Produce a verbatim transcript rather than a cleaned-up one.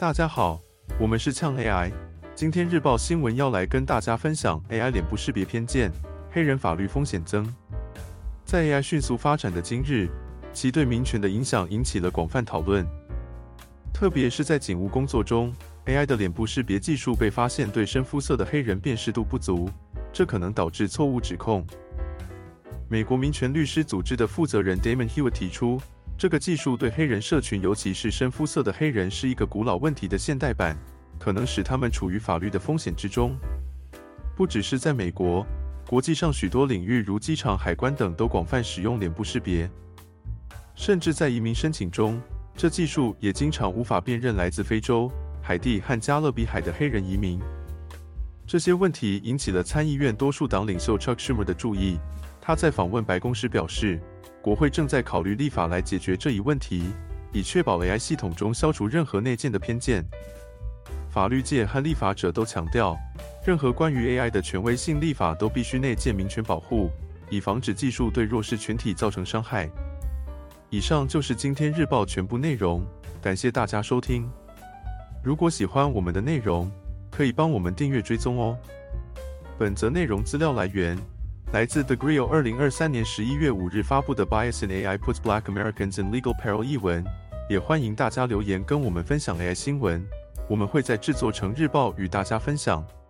大家好，我们是呛 A I。今天日报新闻要来跟大家分享 A I 脸部识别偏见，黑人法律风险增。在 A I 迅速发展的今日，其对民权的影响引起了广泛讨论。特别是在警务工作中 ，A I 的脸部识别技术被发现对深肤色的黑人辨识度不足，这可能导致错误指控。美国民权律师组织的负责人 Damon Hewitt 提出，这个技术对黑人社群，尤其是深肤色的黑人，是一个古老问题的现代版，可能使他们处于法律的风险之中。不只是在美国，国际上许多领域，如机场、海关等，都广泛使用脸部识别。甚至在移民申请中，这技术也经常无法辨认来自非洲、海地和加勒比海的黑人移民。这些问题引起了参议院多数党领袖 Chuck Schumer 的注意。他在访问白宫时表示，国会正在考虑立法来解决这一问题，以确保 A I 系统中消除任何内建的偏见。法律界和立法者都强调，任何关于 A I 的权威性立法都必须内建民权保护，以防止技术对弱势群体造成伤害。以上就是今天日报全部内容，感谢大家收听。如果喜欢我们的内容，可以帮我们订阅追踪哦。本则内容资料来源来自 The Grio 二零二三年十一月五日发布的 Bias in A I puts Black Americans in legal peril 一文，也欢迎大家留言跟我们分享 A I 新闻，我们会在制作成日报与大家分享。